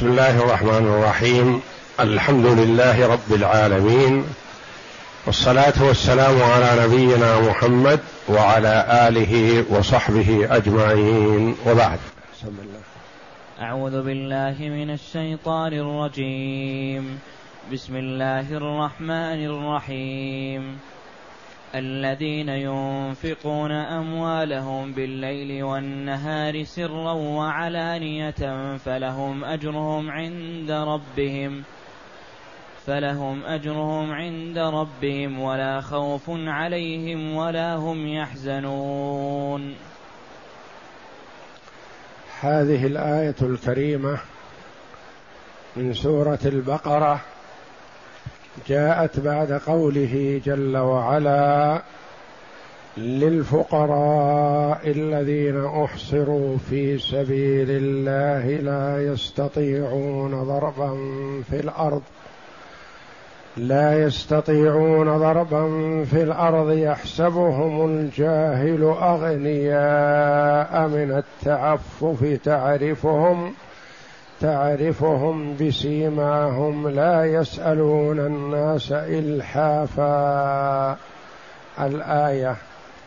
بسم الله الرحمن الرحيم. الحمد لله رب العالمين، والصلاة والسلام على نبينا محمد وعلى آله وصحبه أجمعين، وبعد. أعوذ بالله من الشيطان الرجيم. بسم الله الرحمن الرحيم. الذين ينفقون أموالهم بالليل والنهار سرا وعلانية فلهم أجرهم عند ربهم ولا خوف عليهم ولا هم يحزنون. هذه الآية الكريمة من سورة البقرة جاءت بعد قوله جل وعلا: للفقراء الذين أحصروا في سبيل الله لا يستطيعون ضربا في الأرض يحسبهم الجاهل أغنياء من التعفف تعرفهم بسيماهم لا يسألون الناس إلحافا. الآية: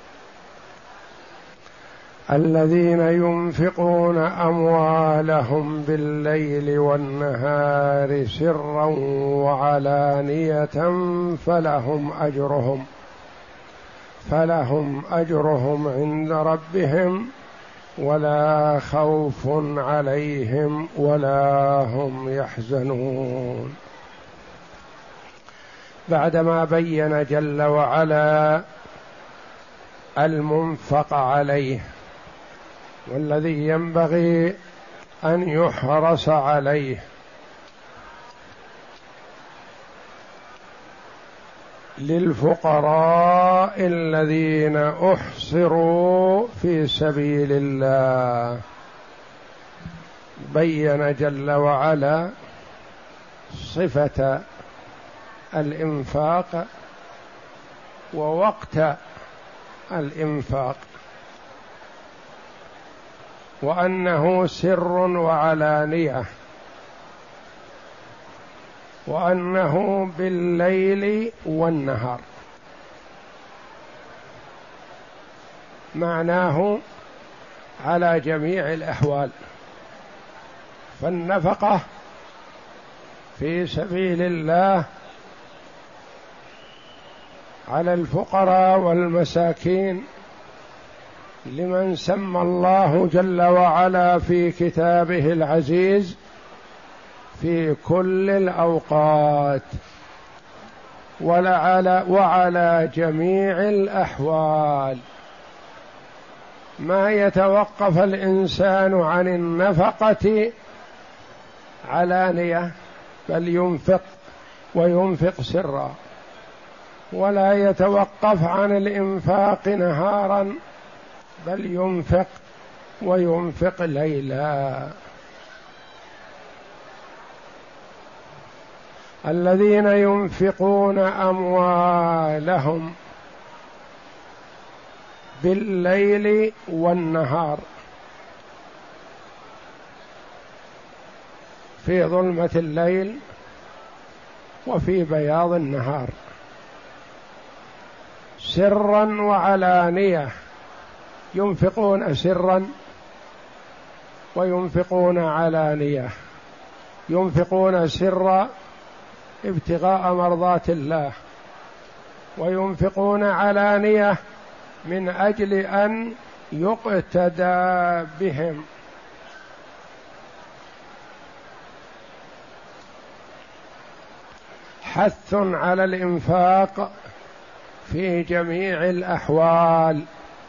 الذين ينفقون أموالهم بالليل والنهار سرا وعلانية فلهم أجرهم عند ربهم ولا خوف عليهم ولا هم يحزنون. بعدما بين جل وعلا المنفق عليه والذي ينبغي أن يحرص عليه، للفقراء الذين أحصروا في سبيل الله، بين جل وعلا صفة الإنفاق ووقت الإنفاق، وأنه سر وعلانية، وأنه بالليل والنهار، معناه على جميع الأحوال. فالنفقة في سبيل الله على الفقراء والمساكين لمن سمى الله جل وعلا في كتابه العزيز في كل الأوقات وعلى جميع الأحوال. ما يتوقف الإنسان عن النفقة علانية، بل ينفق وينفق سرا، ولا يتوقف عن الإنفاق نهارا، بل ينفق وينفق ليلا. الذين ينفقون أموالهم بالليل والنهار، في ظلمة الليل وفي بياض النهار، سرا وعلانية، ينفقون سرا وينفقون علانية. ينفقون سرا ابتغاء مرضات الله، وينفقون علانية من أجل أن يقتدى بهم. حث على الإنفاق في جميع الأحوال،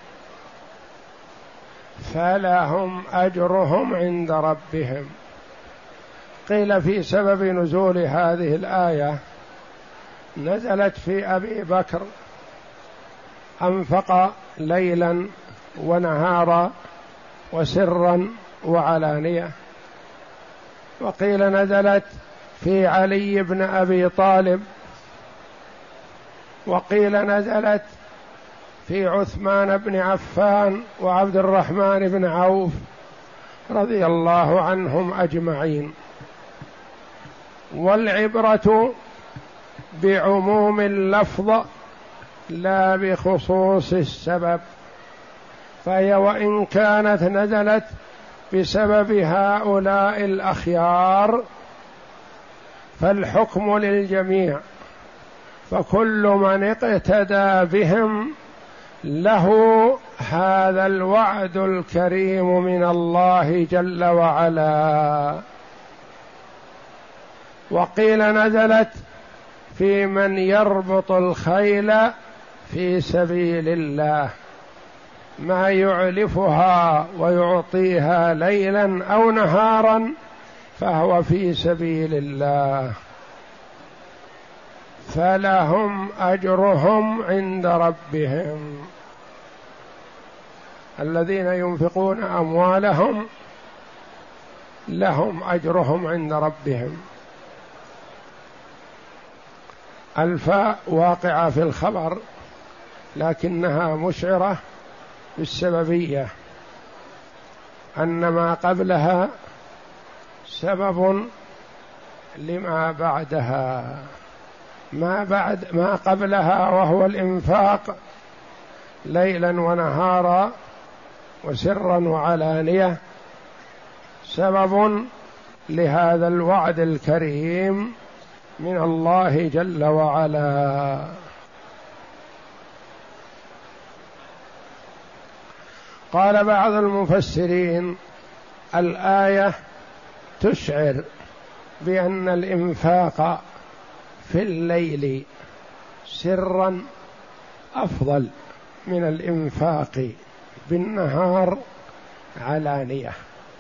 فلهم أجرهم عند ربهم. قيل في سبب نزول هذه الآية نزلت في أبي بكر، أنفق ليلا ونهارا وسرا وعلانية. وقيل نزلت في علي بن أبي طالب، وقيل نزلت في عثمان بن عفان وعبد الرحمن بن عوف رضي الله عنهم أجمعين. والعبرة بعموم اللفظ لا بخصوص السبب، فهي وإن كانت نزلت بسبب هؤلاء الأخيار فالحكم للجميع، فكل من اقتدى بهم له هذا الوعد الكريم من الله جل وعلا. وقيل نزلت في من يربط الخيل في سبيل الله، ما يعلفها ويعطيها ليلا أو نهارا فهو في سبيل الله، فلهم أجرهم عند ربهم. الذين ينفقون أموالهم لهم أجرهم عند ربهم. الفاء واقعة في الخبر لكنها مشعرة بالسببية، أن ما قبلها سبب لما بعدها. ما قبلها وهو الإنفاق ليلا ونهارا وسرا وعلانية سبب لهذا الوعد الكريم من الله جل وعلا. قال بعض المفسرين الآية تشعر بأن الإنفاق في الليل سرا أفضل من الإنفاق بالنهار علانية.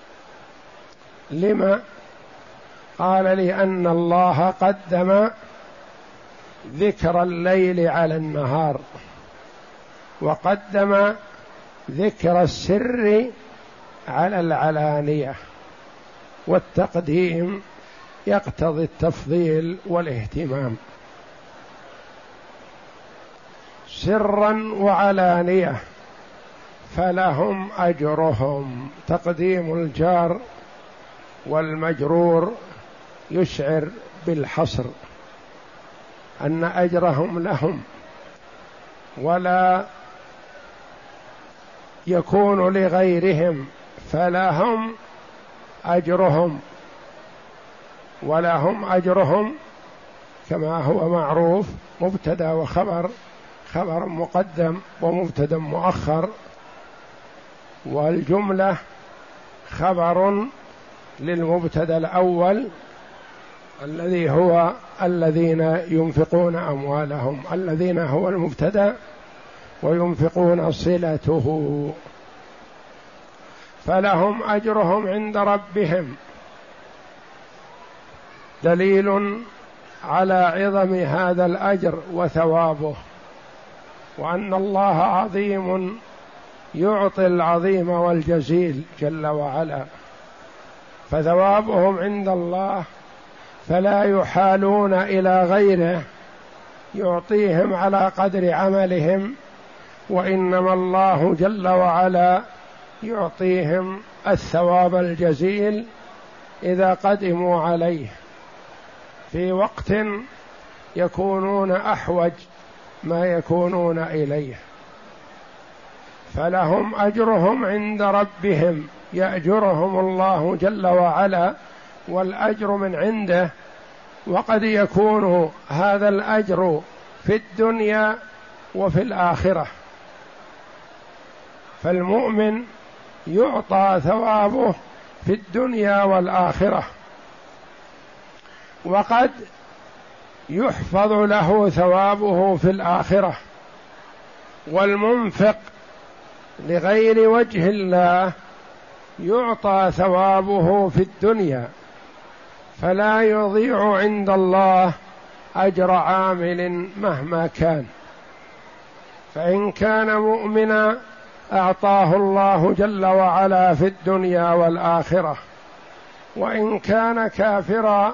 لما؟ قال لأن الله قدم ذكر الليل على النهار، وقدم ذكر السر على العلانية، والتقديم يقتضي التفضيل والاهتمام. سرا وعلانية فلهم أجرهم، تقديم الجار والمجرور يشعر بالحصر أن أجرهم لهم، ولا يكون لغيرهم، فلهم أجرهم ولهم أجرهم كما هو معروف مبتدأ وخبر، خبر مقدم ومبتدأ مؤخر، والجملة خبر للمبتدأ الأول الذي هو الذين ينفقون أموالهم، الذين هو المبتدأ وينفقون صلته، فلهم أجرهم عند ربهم، دليل على عظم هذا الأجر وثوابه، وأن الله عظيم يعطي العظيم والجزيل جل وعلا، فثوابهم عند الله فلا يحالون إلى غيره يعطيهم على قدر عملهم، وإنما الله جل وعلا يعطيهم الثواب الجزيل إذا قدموا عليه في وقت يكونون أحوج ما يكونون إليه، فلهم أجرهم عند ربهم، يأجرهم الله جل وعلا والأجر من عنده. وقد يكون هذا الأجر في الدنيا وفي الآخرة، فالمؤمن يعطى ثوابه في الدنيا والآخرة، وقد يحفظ له ثوابه في الآخرة. والمنفق لغير وجه الله يعطى ثوابه في الدنيا، فلا يضيع عند الله أجر عامل مهما كان، فإن كان مؤمنا أعطاه الله جل وعلا في الدنيا والآخرة، وإن كان كافرا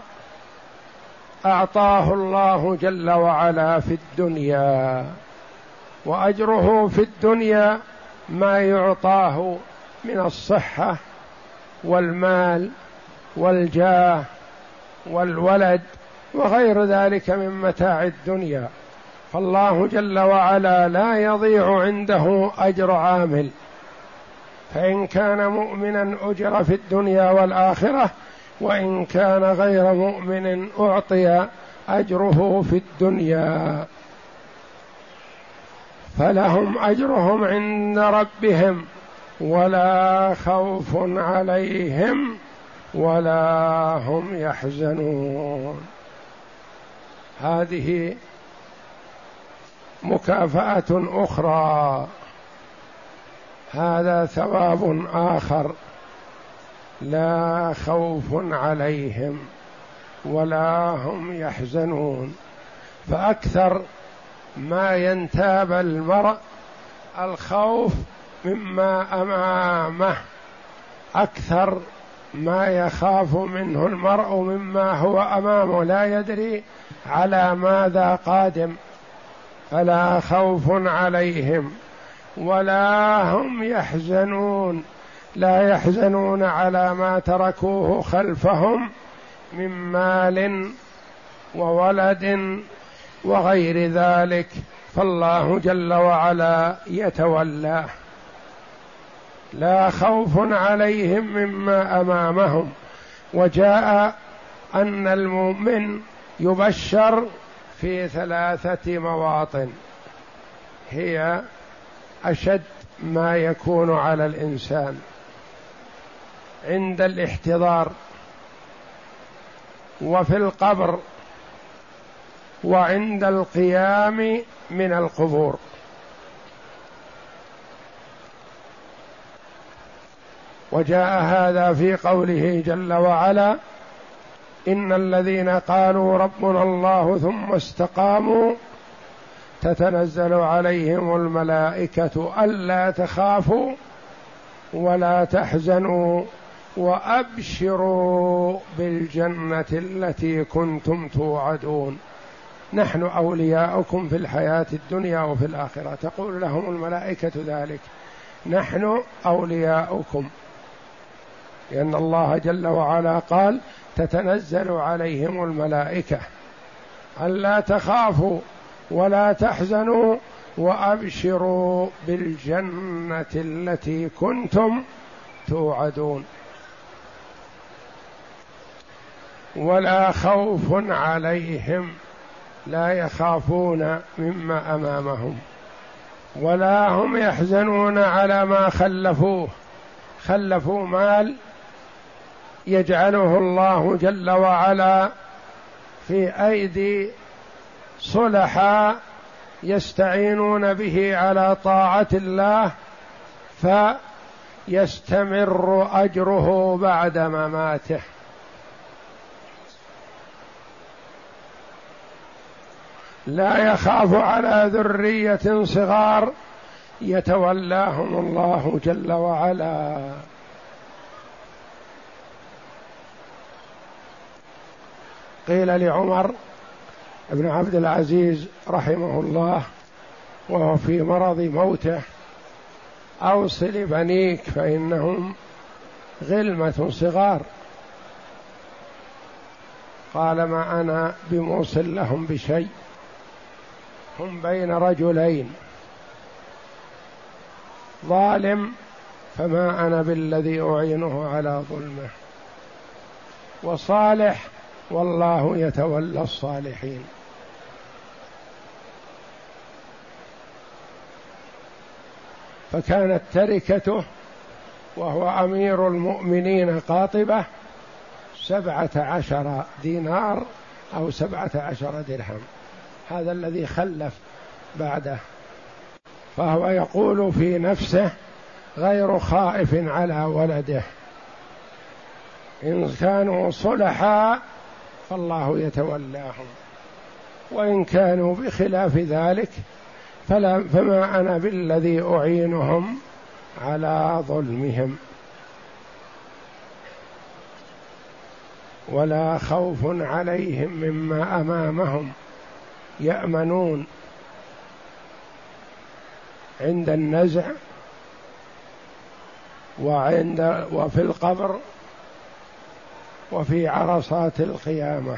أعطاه الله جل وعلا في الدنيا، وأجره في الدنيا ما يعطاه من الصحة والمال والجاه والولد وغير ذلك من متاع الدنيا، فالله جل وعلا لا يضيع عنده أجر عامل، فإن كان مؤمنا أجر في الدنيا والآخرة، وإن كان غير مؤمن أعطي أجره في الدنيا، فلهم أجرهم عند ربهم ولا خوف عليهم ولا هم يحزنون. هذه مكافأة أخرى، هذا ثواب آخر، لا خوف عليهم ولا هم يحزنون. فأكثر ما ينتاب المرء الخوف مما أمامه، أكثر ما يخاف منه المرء مما هو أمامه، لا يدري على ماذا قادم، فلا خوف عليهم ولا هم يحزنون، لا يحزنون على ما تركوه خلفهم من مال وولد وغير ذلك، فالله جل وعلا يتولاه. لا خوف عليهم مما أمامهم. وجاء أن المؤمن يبشر في 3 مواطن هي أشد ما يكون على الإنسان: عند الاحتضار، وفي القبر، وعند القيام من القبور. وجاء هذا في قوله جل وعلا: إن الذين قالوا ربنا الله ثم استقاموا تتنزل عليهم الملائكة ألا تخافوا ولا تحزنوا وأبشروا بالجنة التي كنتم توعدون، نحن أولياؤكم في الحياة الدنيا وفي الآخرة. تقول لهم الملائكة ذلك: نحن أولياؤكم، لأن الله جل وعلا قال: تتنزل عليهم الملائكة ألا تخافوا ولا تحزنوا وأبشروا بالجنة التي كنتم توعدون. ولا خوف عليهم، لا يخافون مما أمامهم، ولا هم يحزنون على ما خلفوه، خلفوا مال يجعله الله جل وعلا في أيدي صلحاء يستعينون به على طاعة الله، فيستمر أجره بعد مماته. لا يخاف على ذرية صغار يتولاهم الله جل وعلا. قيل لعمر بن عبد العزيز رحمه الله وهو في مرض موته: أوصل بنيك فإنهم غلمة صغار. قال: ما أنا بموصل لهم بشيء، هم بين رجلين، ظالم فما أنا بالذي أعينه على ظلمه، وصالح والله يتولى الصالحين. فكانت تركته وهو أمير المؤمنين قاطبة 17 دينار أو 17 درهم، هذا الذي خلف بعده. فهو يقول في نفسه غير خائف على ولده، إن كانوا صلحاء فالله يتولاهم، وإن كانوا بخلاف ذلك فما أنا بالذي أعينهم على ظلمهم. ولا خوف عليهم مما أمامهم، يأمنون عند النزع وفي القبر وفي عرصات القيامة.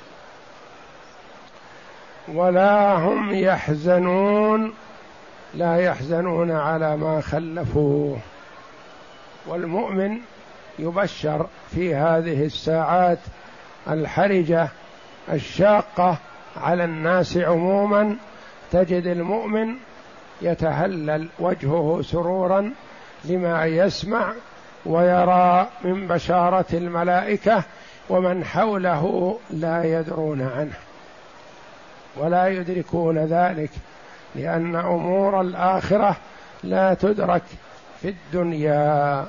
ولا هم يحزنون، لا يحزنون على ما خلفوه. والمؤمن يبشر في هذه الساعات الحرجة الشاقة على الناس عموما، تجد المؤمن يتهلل وجهه سرورا لما يسمع ويرى من بشارة الملائكة، ومن حوله لا يدرون عنه ولا يدركون ذلك، لأن أمور الآخرة لا تدرك في الدنيا.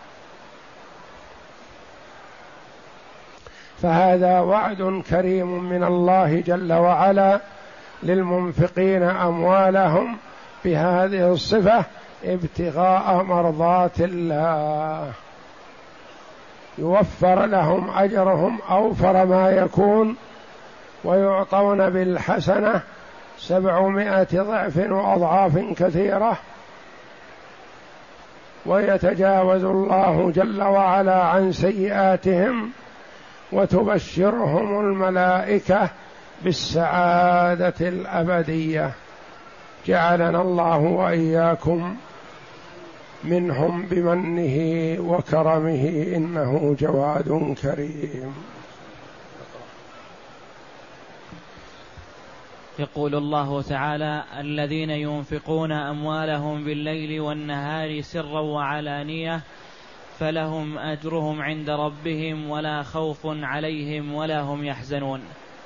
فهذا وعد كريم من الله جل وعلا للمنفقين أموالهم بهذه الصفة ابتغاء مرضات الله، يوفر لهم أجرهم أوفر ما يكون، ويعطون بالحسنة 700 ضعف وأضعاف كثيرة، ويتجاوز الله جل وعلا عن سيئاتهم، وتبشرهم الملائكة بالسعادة الأبدية. جعلنا الله وإياكم منهم بمنه وكرمه، إنه جواد كريم. يقول الله تعالى: الذين ينفقون أموالهم بالليل والنهار سرا وعلانية فلهم أجرهم عند ربهم ولا خوف عليهم ولا هم يحزنون.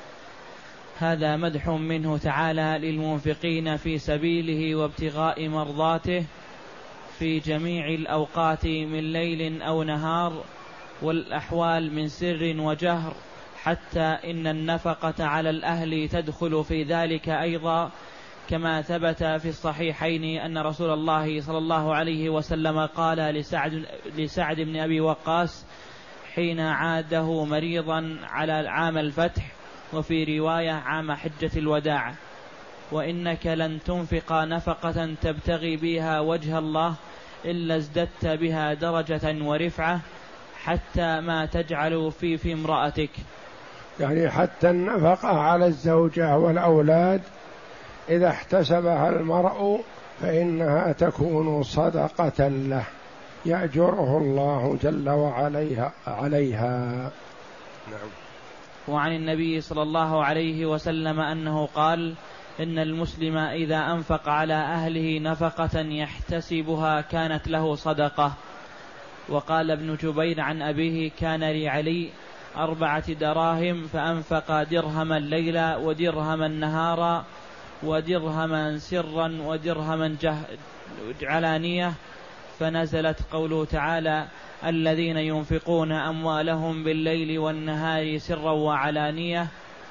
هذا مدح منه تعالى للمنفقين في سبيله وابتغاء مرضاته في جميع الأوقات من ليل أو نهار، والأحوال من سر وجهر، حتى إن النفقة على الأهل تدخل في ذلك أيضا، كما ثبت في الصحيحين أن رسول الله صلى الله عليه وسلم قال لسعد بن أبي وقاص حين عاده مريضا على عام الفتح، وفي رواية عام حجة الوداع: وإنك لن تنفق نفقة تبتغي بها وجه الله إلا ازددت بها درجة ورفعة حتى ما تجعل في امرأتك. يعني حتى النفقة على الزوجة والأولاد إذا احتسبها المرء فإنها تكون صدقة له، يأجره الله جل وعلا عليها. نعم. وعن النبي صلى الله عليه وسلم أنه قال: إن المسلم إذا أنفق على أهله نفقة يحتسبها كانت له صدقة. وقال ابن جبير عن أبيه: كان لعلي 4 دراهم فأنفق درهما ليلا ودرهما نهارا ودرهما سرا ودرهما علانية، فنزلت قوله تعالى: الذين ينفقون أموالهم بالليل والنهار سرا وعلانية،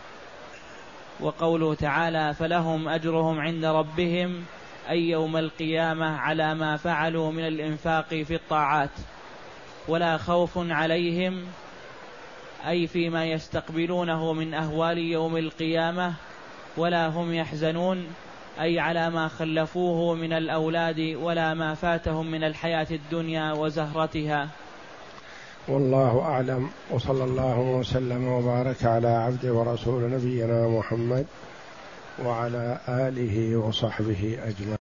وقوله تعالى: فلهم أجرهم عند ربهم أي يوم القيامة على ما فعلوا من الإنفاق في الطاعات، ولا خوف عليهم أي فيما يستقبلونه من أهوال يوم القيامة، ولا هم يحزنون أي على ما خلفوه من الأولاد ولا ما فاتهم من الحياة الدنيا وزهرتها. والله أعلم، وصلى الله وسلم وبارك على عبده ورسول نبينا محمد وعلى آله وصحبه أجمعين.